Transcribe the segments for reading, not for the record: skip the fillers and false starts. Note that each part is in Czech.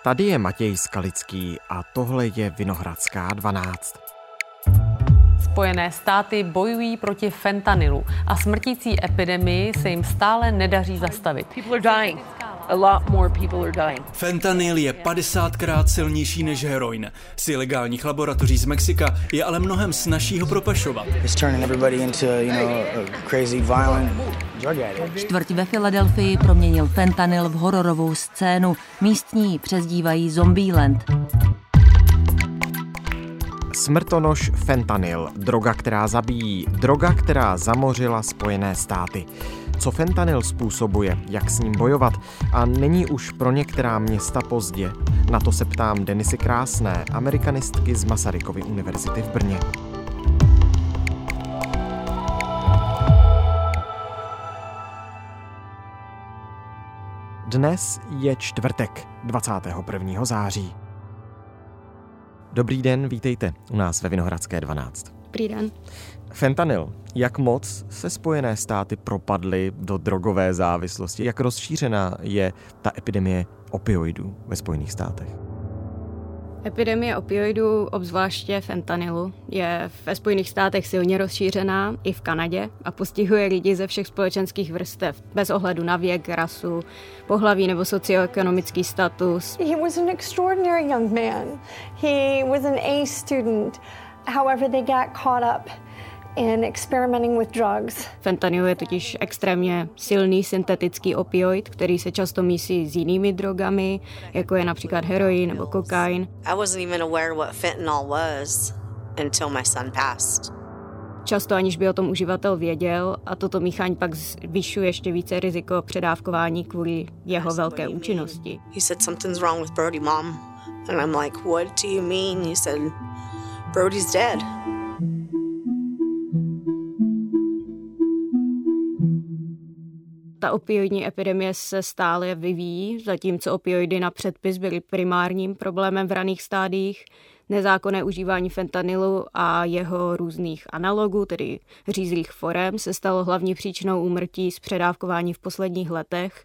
Tady je Matěj Skalický a tohle je Vinohradská 12. Spojené státy bojují proti fentanylu a smrtící epidemii se jim stále nedaří zastavit. Fentanyl je 50krát silnější než heroin. Z ilegálních laboratoří z Mexika je ale mnohem snazší ho propašovat. Čtvrť ve Filadelfii proměnil fentanyl v hororovou scénu. Místní přezdívají Zombieland. Smrtonoš fentanyl, droga, která zabíjí, droga, která zamořila Spojené státy. Co fentanyl způsobuje, jak s ním bojovat a není už pro některá města pozdě? Na to se ptám Denisy Krásné, amerikanistky z Masarykovy univerzity v Brně. Dnes je čtvrtek, 21. září. Dobrý den, vítejte u nás ve Vinohradské 12. Dobrý den. Fentanyl. Jak moc se Spojené státy propadly do drogové závislosti? Jak rozšířená je ta epidemie opioidů ve Spojených státech? Epidemie opioidů, obzvláště fentanylu, je ve Spojených státech silně rozšířená i v Kanadě a postihuje lidi ze všech společenských vrstev, bez ohledu na věk, rasu, pohlaví nebo socioekonomický status. He was an extraordinary young man. He was an A student. However, they got caught up in experimenting with drugs. Fentanyl je totiž extrémně silný syntetický opioid, který se často mísí s jinými drogami, jako je například heroin nebo kokain. I wasn't even aware what fentanyl was until my son passed. Často aniž by o tom uživatel věděl a toto míchání pak zvyšuje ještě více riziko předávkování kvůli jeho velké účinnosti. He said something's wrong with Brody, mom. And I'm like, what do you mean? He said Brody's dead. Ta opioidní epidemie se stále vyvíjí, zatímco opioidy na předpis byly primárním problémem v raných stádiích. Nezákonné užívání fentanylu a jeho různých analogů, tedy řízlých forem, se stalo hlavní příčinou úmrtí z předávkování v posledních letech.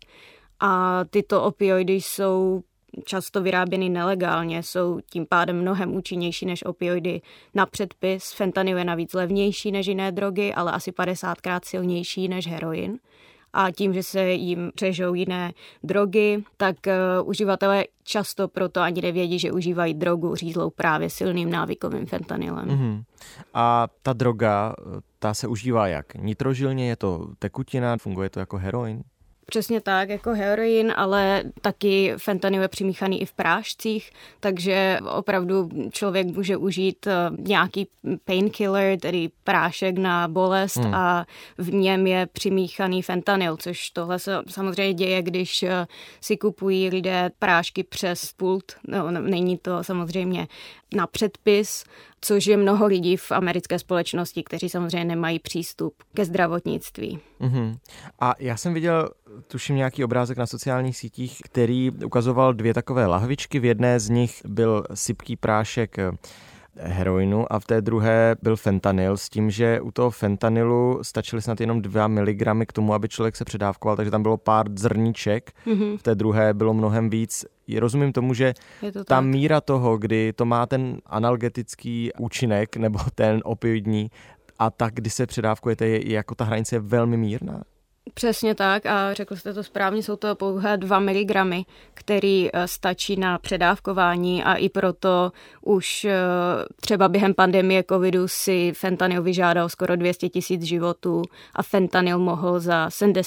A tyto opioidy jsou často vyráběny nelegálně, jsou tím pádem mnohem účinnější než opioidy na předpis. Fentanyl je navíc levnější než jiné drogy, ale asi 50krát silnější než heroin. A tím, že se jim přežou jiné drogy, tak uživatelé často proto ani nevědí, že užívají drogu řízlou právě silným návykovým fentanylem. Mm-hmm. A ta droga, ta se užívá jak? Nitrožilně, je to tekutina, funguje to jako heroin? Přesně tak, jako heroin, ale taky fentanyl je přimíchaný i v prášcích, takže opravdu člověk může užít nějaký painkiller, tedy prášek na bolest a v něm je přimíchaný fentanyl, což tohle se samozřejmě děje, když si kupují lidé prášky přes pult. No, není to samozřejmě na předpis, což je mnoho lidí v americké společnosti, kteří samozřejmě nemají přístup ke zdravotnictví. Mm-hmm. A já jsem viděl, tuším, nějaký obrázek na sociálních sítích, který ukazoval dvě takové lahvičky. V jedné z nich byl sypký prášek heroinu a v té druhé byl fentanyl, s tím, že u toho fentanylu stačily snad jenom 2 miligramy k tomu, aby člověk se předávkoval, takže tam bylo pár zrníček, v té druhé bylo mnohem víc. Rozumím tomu, že ta míra toho, kdy to má ten analgetický účinek nebo ten opioidní a tak, kdy se předávkujete, je jako ta hranice je velmi mírná? Přesně tak a řekl jste to správně, jsou to pouhé 2 miligramy, který stačí na předávkování a i proto už třeba během pandemie covidu si fentanyl vyžádal skoro 200 000 životů a fentanyl mohl za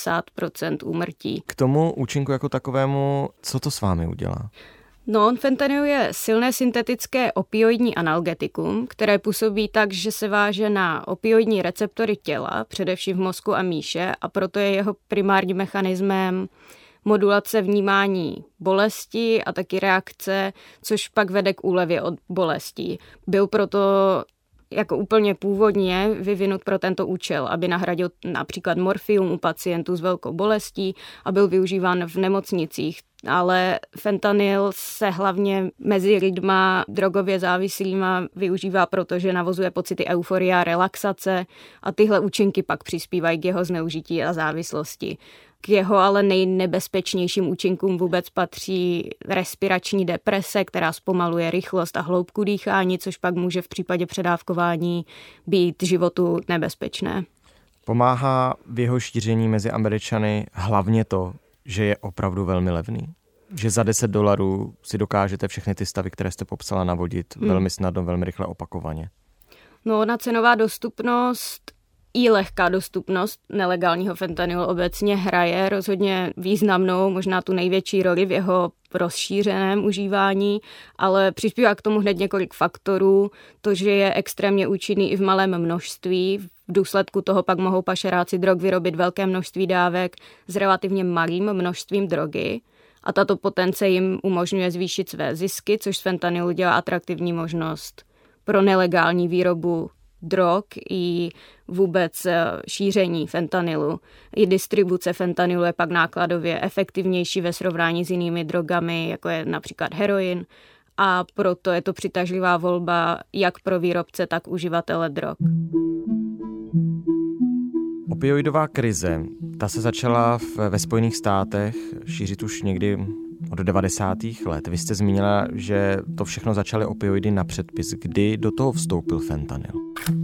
70% úmrtí. K tomu účinku jako takovému, co to s vámi udělá? No, fentanyl je silné syntetické opioidní analgetikum, které působí tak, že se váže na opioidní receptory těla, především v mozku a míše, a proto je jeho primárním mechanismem modulace vnímání bolesti a taky reakce, což pak vede k úlevě od bolestí. Byl proto jako úplně původně vyvinut pro tento účel, aby nahradil například morfium u pacientů s velkou bolestí a byl využíván v nemocnicích. Ale fentanyl se hlavně mezi lidma drogově závislýma využívá, protože navozuje pocity euforie a relaxace a tyhle účinky pak přispívají k jeho zneužití a závislosti. K jeho ale nejnebezpečnějším účinkům vůbec patří respirační deprese, která zpomaluje rychlost a hloubku dýchání, což pak může v případě předávkování být životu nebezpečné. Pomáhá v jeho šíření mezi Američany hlavně to, že je opravdu velmi levný? Že za $10 si dokážete všechny ty stavy, které jste popsala, navodit velmi snadno, velmi rychle, opakovaně? No, ona cenová dostupnost i lehká dostupnost nelegálního fentanylu obecně hraje rozhodně významnou, možná tu největší roli v jeho rozšířeném užívání, ale přispívá k tomu hned několik faktorů. To, že je extrémně účinný i v malém množství, v důsledku toho pak mohou pašeráci drog vyrobit velké množství dávek s relativně malým množstvím drogy. A tato potence jim umožňuje zvýšit své zisky, což z fentanylu dělá atraktivní možnost pro nelegální výrobu drog i vůbec šíření fentanylu. I distribuce fentanylu je pak nákladově efektivnější ve srovnání s jinými drogami, jako je například heroin, a proto je to přitažlivá volba jak pro výrobce, tak uživatele drog. Opioidová krize, ta se začala ve Spojených státech šířit už někdy od 90. let. Vy jste zmínila, že to všechno začaly opioidy na předpis. Kdy do toho vstoupil fentanyl?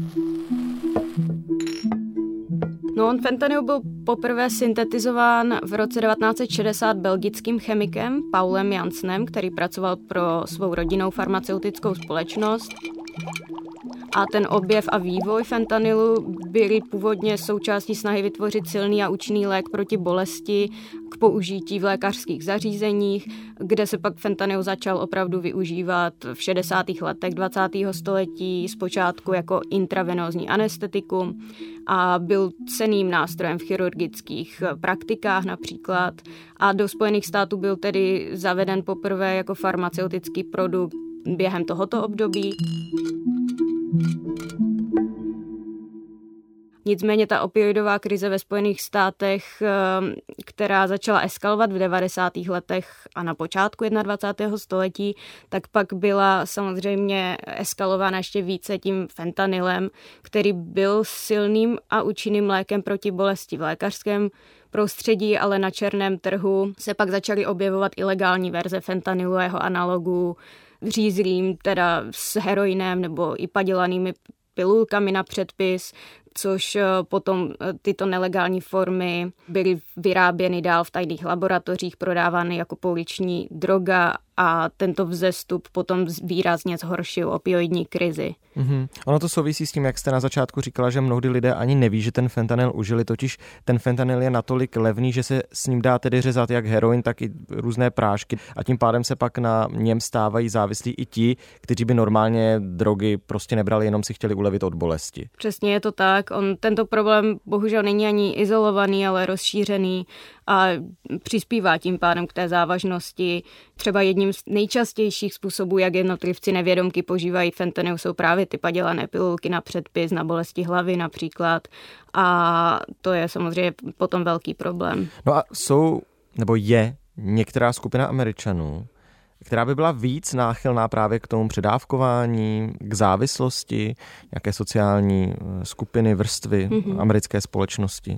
No, fentanyl byl poprvé syntetizován v roce 1960 belgickým chemikem Paulem Janssenem, který pracoval pro svou rodinnou farmaceutickou společnost. A ten objev a vývoj fentanylu byly původně součástí snahy vytvořit silný a účinný lék proti bolesti k použití v lékařských zařízeních, kde se pak fentanyl začal opravdu využívat v 60. letech 20. století, zpočátku jako intravenózní anestetikum a byl cenným nástrojem v chirurgických praktikách například. A do Spojených států byl tedy zaveden poprvé jako farmaceutický produkt během tohoto období. Nicméně ta opioidová krize ve Spojených státech, která začala eskalovat v 90. letech a na počátku 21. století, tak pak byla samozřejmě eskalována ještě více tím fentanylem, který byl silným a účinným lékem proti bolesti v lékařském prostředí, ale na černém trhu se pak začaly objevovat ilegální verze fentanylu a jeho analogů, řízlým, teda s heroinem nebo i padělanými pilulkami na předpis, což potom tyto nelegální formy byly vyráběny dál v tajných laboratořích, prodávány jako pouliční droga a tento vzestup potom výrazně zhoršil opioidní krizi. Ono to souvisí s tím, jak jste na začátku říkala, že mnohdy lidé ani neví, že ten fentanyl užili, totiž ten fentanyl je natolik levný, že se s ním dá tedy řezat jak heroin, tak i různé prášky a tím pádem se pak na něm stávají závislí i ti, kteří by normálně drogy prostě nebrali, jenom si chtěli ulevit od bolesti. Přesně je to tak. Tento problém bohužel není ani izolovaný, ale rozšířený a přispívá tím pádem k té závažnosti. Třeba jedním z nejčastějších způsobů, jak jednotlivci nevědomky požívají fentanyl, jsou právě ty padělané pilulky na předpis, na bolesti hlavy například. A to je samozřejmě potom velký problém. No a je některá skupina Američanů, která by byla víc náchylná právě k tomu předávkování, k závislosti, nějaké sociální skupiny, vrstvy americké společnosti?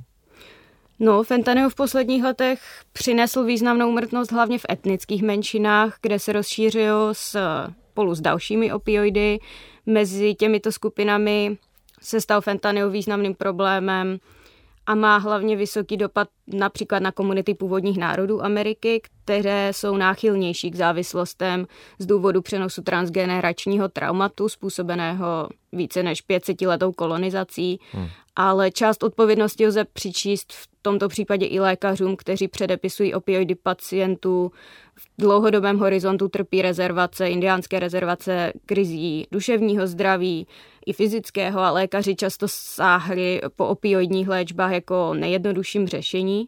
No, fentanyl v posledních letech přinesl významnou úmrtnost hlavně v etnických menšinách, kde se rozšířil spolu s dalšími opioidy. Mezi těmito skupinami se stal fentanyl významným problémem a má hlavně vysoký dopad například na komunity původních národů Ameriky, které jsou náchylnější k závislostem z důvodu přenosu transgeneračního traumatu způsobeného více než 500letou kolonizací. Ale část odpovědnosti lze přičíst v tomto případě i lékařům, kteří předepisují opioidy pacientů. V dlouhodobém horizontu trpí indiánské rezervace krizí duševního zdraví i fyzického a lékaři často sáhli po opioidních léčbách jako nejjednodušším řešení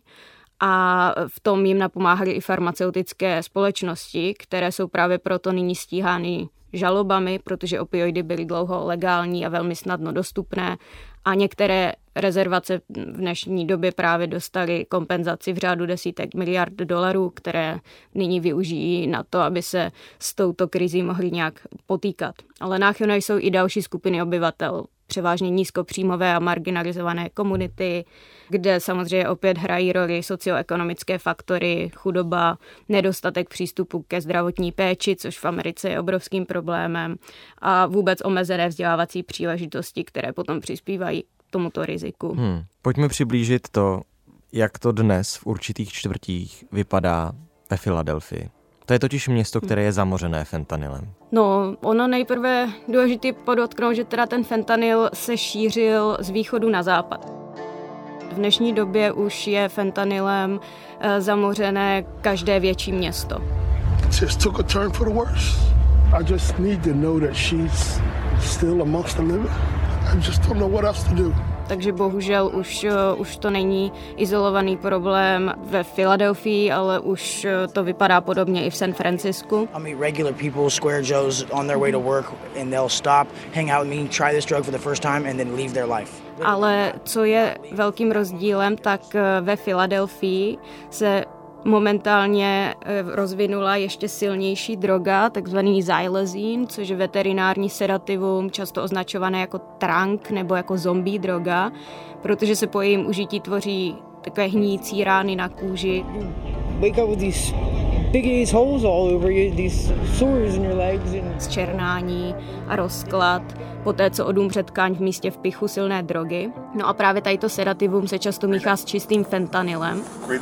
a v tom jim napomáhaly i farmaceutické společnosti, které jsou právě proto nyní stíhány žalobami, protože opioidy byly dlouho legální a velmi snadno dostupné a některé rezervace v dnešní době právě dostaly kompenzaci v řádu desítek miliard dolarů, které nyní využijí na to, aby se s touto krizí mohli nějak potýkat. Ale náchylné jsou i další skupiny obyvatel. převážně nízkopříjmové a marginalizované komunity, kde samozřejmě opět hrají roli socioekonomické faktory, chudoba, nedostatek přístupu ke zdravotní péči, což v Americe je obrovským problémem, a vůbec omezené vzdělávací příležitosti, které potom přispívají k tomuto riziku. Pojďme přiblížit to, jak to dnes v určitých čtvrtích vypadá ve Filadelfii. To je totiž město, které je zamořené fentanylem. No, ono nejprve důležité podotknout, že teda ten fentanyl se šířil z východu na západ. V dnešní době už je fentanylem zamořené každé větší město. Just took a turn for the worse. I just need to know that she's still amongst the living. I just don't know what else to do. Takže bohužel už to není izolovaný problém ve Filadelfii, ale už to vypadá podobně i v San Francisku. I meet regular people, square Joes on their way to work and they'll stop, hang out with me, try this drug for the first time and then leave their life. Ale co je velkým rozdílem, tak ve Filadelfii se momentálně rozvinula ještě silnější droga, takzvaný xylazine, což je veterinární sedativum, často označované jako trank nebo jako zombie droga, protože se po jejím užití tvoří takové hníjící rány na kůži. Wake up with these big holes all over you, these sores in your legs. Zčernání a rozklad, poté co odumře tkáň v místě vpichu silné drogy. No a právě tato sedativum se často míchá s čistým fentanylem.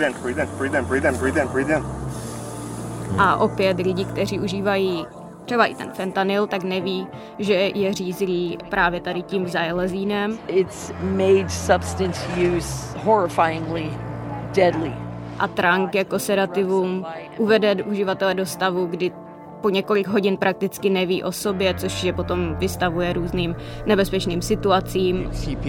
A opět lidi, kteří užívají třeba i ten fentanyl, tak neví, že je řízlý právě tady tím xylazinem. It's made substance use horrifyingly deadly. A trank jako sedativum uvede uživatele do stavu, kdy po několik hodin prakticky neví o sobě, což je potom vystavuje různým nebezpečným situacím.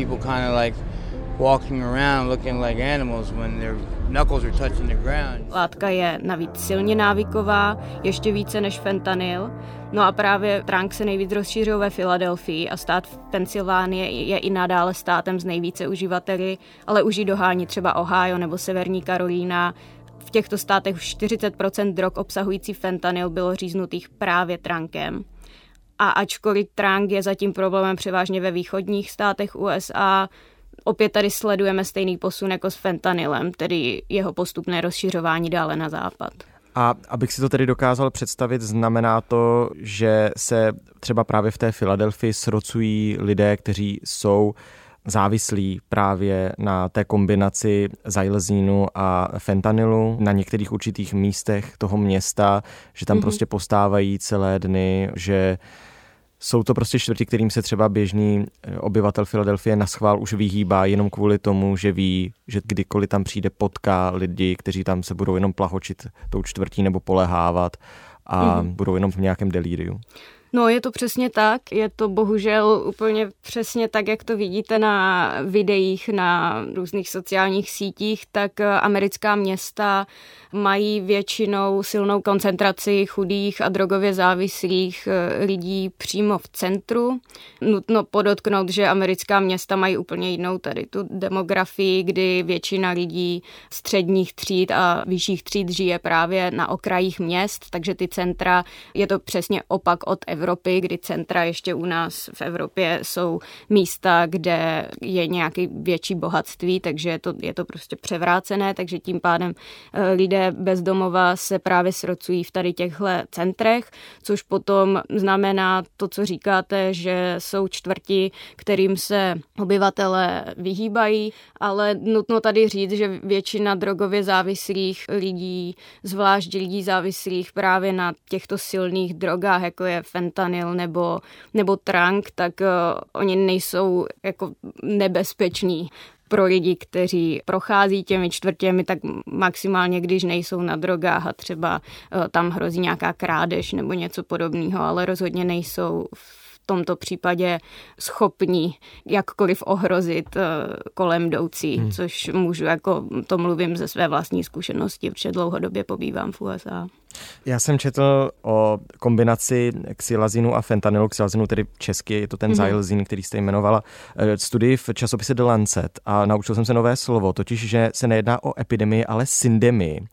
Látka je navíc silně návyková, ještě více než fentanyl. No a právě trank se nejvíc rozšířil ve Filadelfii a stát v Pensylvánie je i nadále státem s nejvíce uživateli, ale už ji dohání třeba Ohio nebo Severní Karolína. V těchto státech už 40% drog obsahující fentanyl bylo říznutých právě trankem. A ačkoliv trank je zatím problémem převážně ve východních státech USA, opět tady sledujeme stejný posun jako s fentanylem, tedy jeho postupné rozšiřování dále na západ. A abych si to tedy dokázal představit, znamená to, že se třeba právě v té Filadelfii srocují lidé, kteří jsou závislí právě na té kombinaci xylazínu a fentanylu na některých určitých místech toho města, že tam prostě postávají celé dny, že jsou to prostě čtvrti, kterým se třeba běžný obyvatel Filadelfie naschvál už vyhýbá jenom kvůli tomu, že ví, že kdykoliv tam přijde, potká lidi, kteří tam se budou jenom plahočit tou čtvrtí nebo polehávat a budou jenom v nějakém delíriu. No, je to přesně tak. Je to bohužel úplně přesně tak, jak to vidíte na videích na různých sociálních sítích, tak americká města mají většinou silnou koncentraci chudých a drogově závislých lidí přímo v centru. Nutno podotknout, že americká města mají úplně jinou tady tu demografii, kdy většina lidí středních tříd a vyšších tříd žije právě na okrajích měst, takže ty centra, je to přesně opak od Evropy, kdy centra ještě u nás v Evropě jsou místa, kde je nějaké větší bohatství, takže je to prostě převrácené, takže tím pádem lidé bezdomova se právě srocují v tady těchto centrech, což potom znamená to, co říkáte, že jsou čtvrti, kterým se obyvatelé vyhýbají, ale nutno tady říct, že většina drogově závislých lidí, zvlášť lidí závislých právě na těchto silných drogách, jako je fentanyl nebo trank, tak oni nejsou jako nebezpeční pro lidi, kteří prochází těmi čtvrtěmi, tak maximálně, když nejsou na drogách a třeba tam hrozí nějaká krádež nebo něco podobného, ale rozhodně nejsou v tomto případě schopní jakkoliv ohrozit kolem jdoucí, což můžu, jako to mluvím ze své vlastní zkušenosti, protože dlouhodobě pobývám v USA. Já jsem četl o kombinaci xylazinu a fentanylu, xylazinu tedy česky, je to ten xylazin, který jste jmenovala, studii v časopise The Lancet a naučil jsem se nové slovo, totiž, že se nejedná o epidemii, ale syndemii.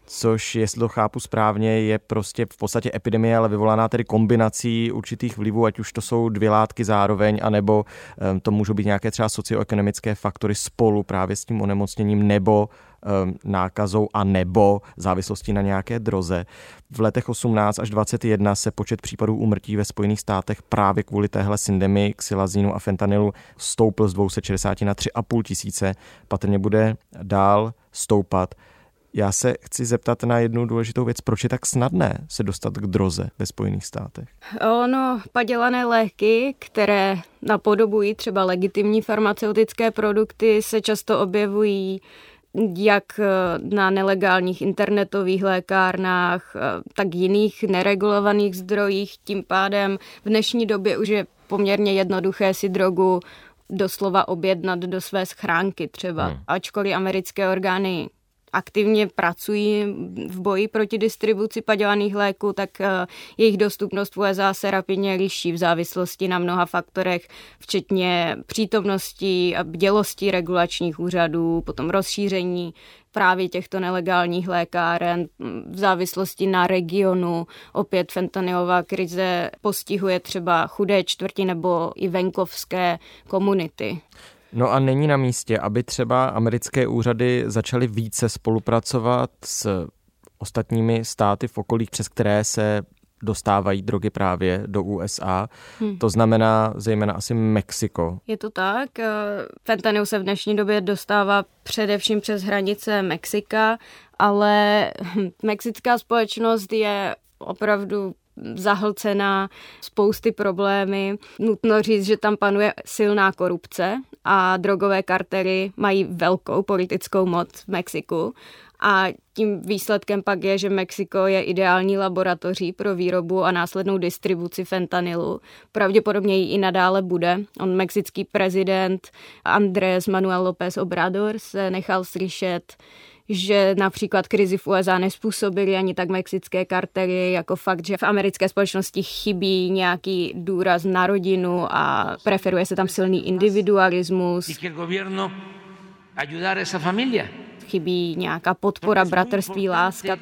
což, jestli to chápu správně, je prostě v podstatě epidemie, ale vyvolaná tedy kombinací určitých vlivů, ať už to jsou dvě látky zároveň, anebo to můžou být nějaké třeba socioekonomické faktory spolu právě s tím onemocněním, nebo nákazou a nebo závislostí na nějaké droze. V letech 18 až 21 se počet případů úmrtí ve Spojených státech právě kvůli téhle syndemii xylazínu a fentanylu stoupl z 260 na 3,5 tisíce. Patrně bude dál stoupat. Já se chci zeptat na jednu důležitou věc. Proč je tak snadné se dostat k droze ve Spojených státech? Padělané léky, které napodobují třeba legitimní farmaceutické produkty, se často objevují jak na nelegálních internetových lékárnách, tak jiných neregulovaných zdrojích. Tím pádem v dnešní době už je poměrně jednoduché si drogu doslova objednat do své schránky třeba. Ačkoliv americké orgány aktivně pracují v boji proti distribuci padělaných léků, tak jejich dostupnost v USA se rapidně liší v závislosti na mnoha faktorech, včetně přítomnosti a bdělosti regulačních úřadů, potom rozšíření právě těchto nelegálních lékáren v závislosti na regionu. Opět fentanylová krize postihuje třeba chudé čtvrti nebo i venkovské komunity. No a není na místě, aby třeba americké úřady začaly více spolupracovat s ostatními státy v okolí, přes které se dostávají drogy právě do USA. To znamená zejména asi Mexiko. Je to tak. Fentanyl se v dnešní době dostává především přes hranice Mexika, ale mexická společnost je opravdu zahlcená spousty problémy. Nutno říct, že tam panuje silná korupce a drogové kartely mají velkou politickou moc v Mexiku. A tím výsledkem pak je, že Mexiko je ideální laboratoří pro výrobu a následnou distribuci fentanylu. Pravděpodobně ji i nadále bude. Mexický prezident Andrés Manuel López Obrador se nechal slyšet, že například krizi v USA nezpůsobily ani tak mexické kartely, jako fakt, že v americké společnosti chybí nějaký důraz na rodinu a preferuje se tam silný individualismus. Chybí nějaká podpora, bratrství, láska.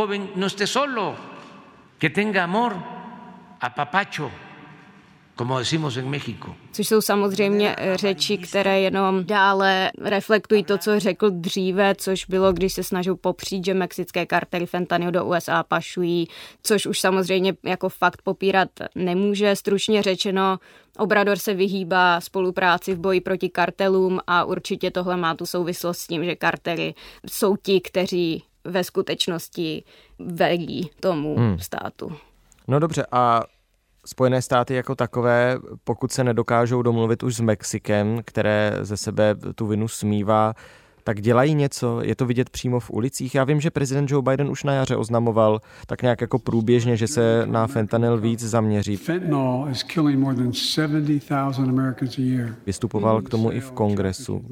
Což jsou samozřejmě řeči, které jenom dále reflektují to, co řekl dříve, což bylo, když se snažil popřít, že mexické kartely fentanyl do USA pašují, což už samozřejmě jako fakt popírat nemůže. Stručně řečeno, Obrador se vyhýbá spolupráci v boji proti kartelům a určitě tohle má tu souvislost s tím, že kartely jsou ti, kteří ve skutečnosti velí tomu státu. No dobře, a Spojené státy jako takové, pokud se nedokážou domluvit už s Mexikem, které ze sebe tu vinu smívá, tak dělají něco? Je to vidět přímo v ulicích? Já vím, že prezident Joe Biden už na jaře oznamoval tak nějak jako průběžně, že se na fentanyl víc zaměří. Vystupoval k tomu i v kongresu.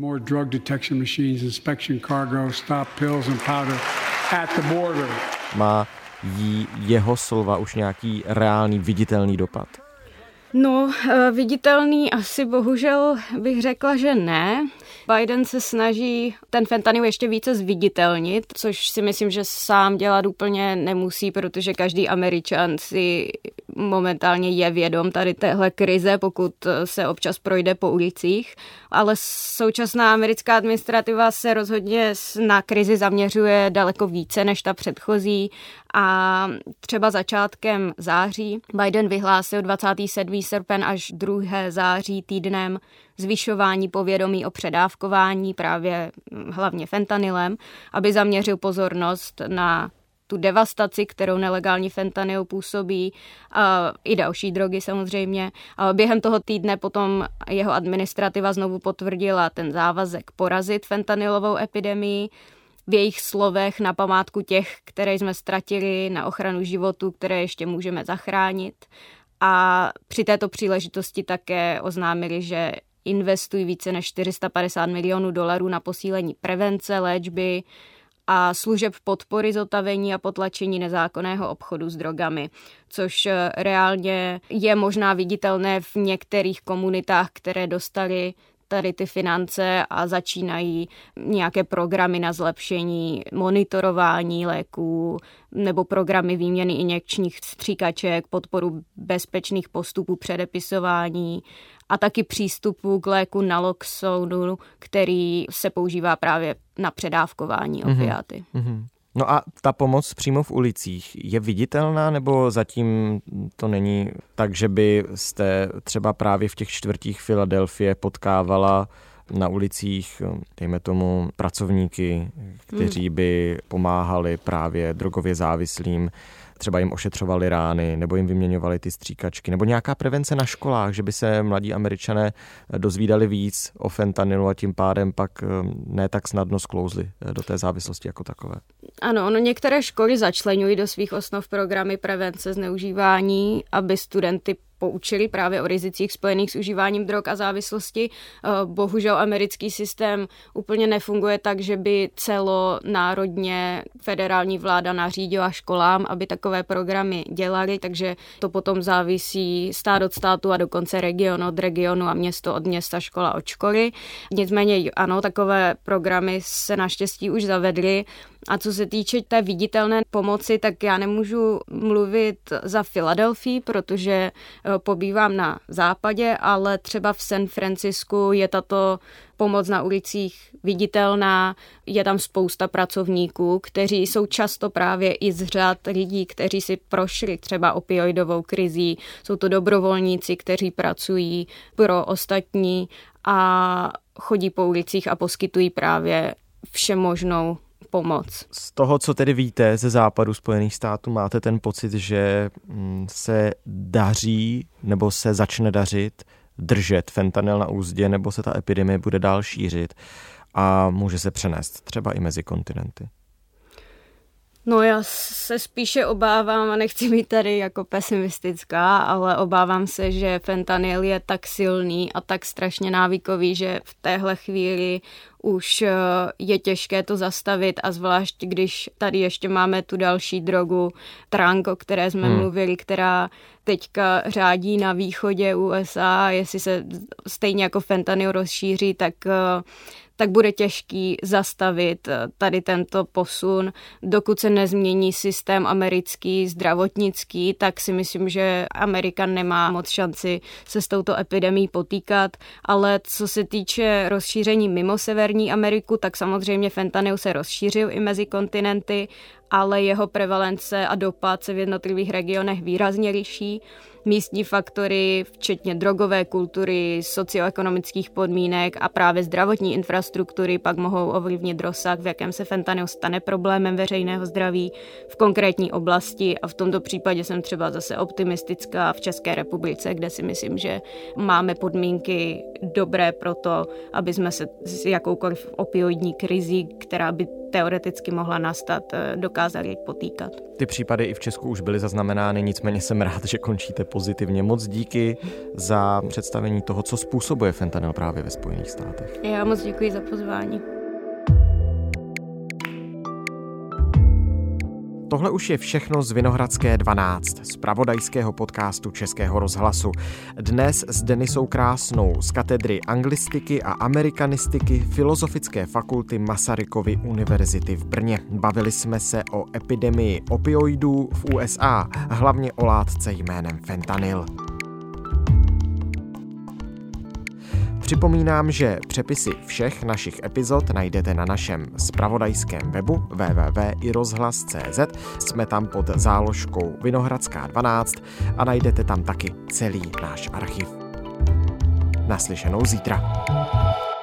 Má jeho slova už nějaký reálný, viditelný dopad? No, viditelný asi bohužel bych řekla, že ne. Biden se snaží ten fentanyl ještě více zviditelnit, což si myslím, že sám dělat úplně nemusí, protože každý Američan si momentálně je vědom tady téhle krize, pokud se občas projde po ulicích. Ale současná americká administrativa se rozhodně na krizi zaměřuje daleko více než ta předchozí a třeba začátkem září Biden vyhlásil 27. srpen až 2. září týdnem zvyšování povědomí o předávkování právě hlavně fentanylem, aby zaměřil pozornost na tu devastaci, kterou nelegální fentanyl působí, a i další drogy samozřejmě. A během toho týdne potom jeho administrativa znovu potvrdila ten závazek porazit fentanylovou epidemii. V jejich slovech na památku těch, které jsme ztratili, na ochranu životu, které ještě můžeme zachránit. A při této příležitosti také oznámili, že investují více než $450 milionů na posílení prevence, léčby a služeb podpory zotavení a potlačení nezákonného obchodu s drogami, což reálně je možná viditelné v některých komunitách, které dostaly tady ty finance a začínají nějaké programy na zlepšení monitorování léků nebo programy výměny injekčních stříkaček, podporu bezpečných postupů předepisování a taky přístupu k léku naloxonu, který se používá právě na předávkování opiáty. No a ta pomoc přímo v ulicích je viditelná, nebo zatím to není tak, že byste třeba právě v těch čtvrtích Filadelfie potkávala na ulicích, dejme tomu, pracovníky, kteří by pomáhali právě drogově závislým, třeba jim ošetřovali rány, nebo jim vyměňovali ty stříkačky, nebo nějaká prevence na školách, že by se mladí Američané dozvídali víc o fentanylu a tím pádem pak ne tak snadno sklouzli do té závislosti jako takové. Ano, některé školy začleňují do svých osnov programy prevence zneužívání, aby studenty poučili právě o rizicích spojených s užíváním drog a závislosti. Bohužel americký systém úplně nefunguje tak, že by celonárodně federální vláda nařídila školám, aby takové programy dělali, takže to potom závisí stát od státu a dokonce region od regionu a město od města, škola od školy. Nicméně ano, takové programy se naštěstí už zavedly. A co se týče té viditelné pomoci, tak já nemůžu mluvit za Filadelfii, protože pobývám na západě, ale třeba v San Francisku je tato pomoc na ulicích viditelná, je tam spousta pracovníků, kteří jsou často právě i z řad lidí, kteří si prošli třeba opioidovou krizí. Jsou to dobrovolníci, kteří pracují pro ostatní a chodí po ulicích a poskytují právě všemožnou pomoc. Z toho, co tedy víte ze západu Spojených států, máte ten pocit, že se daří nebo se začne dařit držet fentanyl na úzdě, nebo se ta epidemie bude dál šířit a může se přenést třeba i mezi kontinenty? No já se spíše obávám, a nechci být tady jako pesimistická, ale obávám se, že fentanyl je tak silný a tak strašně návykový, že v téhle chvíli už je těžké to zastavit a zvlášť, když tady ještě máme tu další drogu Trank, o které jsme mluvili, která teďka řádí na východě USA, jestli se stejně jako fentanyl rozšíří, tak bude těžký zastavit tady tento posun. Dokud se nezmění systém americký, zdravotnický, tak si myslím, že Amerika nemá moc šanci se s touto epidemií potýkat, ale co se týče rozšíření mimo Severní Ameriku, tak samozřejmě fentanyl se rozšířil i mezi kontinenty, ale jeho prevalence a dopad se v jednotlivých regionech výrazně liší. Místní faktory, včetně drogové kultury, socioekonomických podmínek a právě zdravotní infrastruktury pak mohou ovlivnit rozsah, v jakém se fentanyl stane problémem veřejného zdraví v konkrétní oblasti a v tomto případě jsem třeba zase optimistická v České republice, kde si myslím, že máme podmínky dobré pro to, aby jsme se s jakoukoliv opioidní krizí, která by teoreticky mohla nastat, dokázali potýkat. Ty případy i v Česku už byly zaznamenány, nicméně jsem rád, že končíte pozitivně. Moc díky za představení toho, co způsobuje fentanyl právě ve Spojených státech. Já moc děkuji za pozvání. Tohle už je všechno z Vinohradské 12, z zpravodajského podcastu Českého rozhlasu. Dnes s Denisou Krásnou z katedry anglistiky a amerikanistiky Filozofické fakulty Masarykovy univerzity v Brně. Bavili jsme se o epidemii opioidů v USA, hlavně o látce jménem fentanyl. Připomínám, že přepisy všech našich epizod najdete na našem zpravodajském webu www.irozhlas.cz. Jsme tam pod záložkou Vinohradská 12 a najdete tam taky celý náš archiv. Naslyšenou zítra.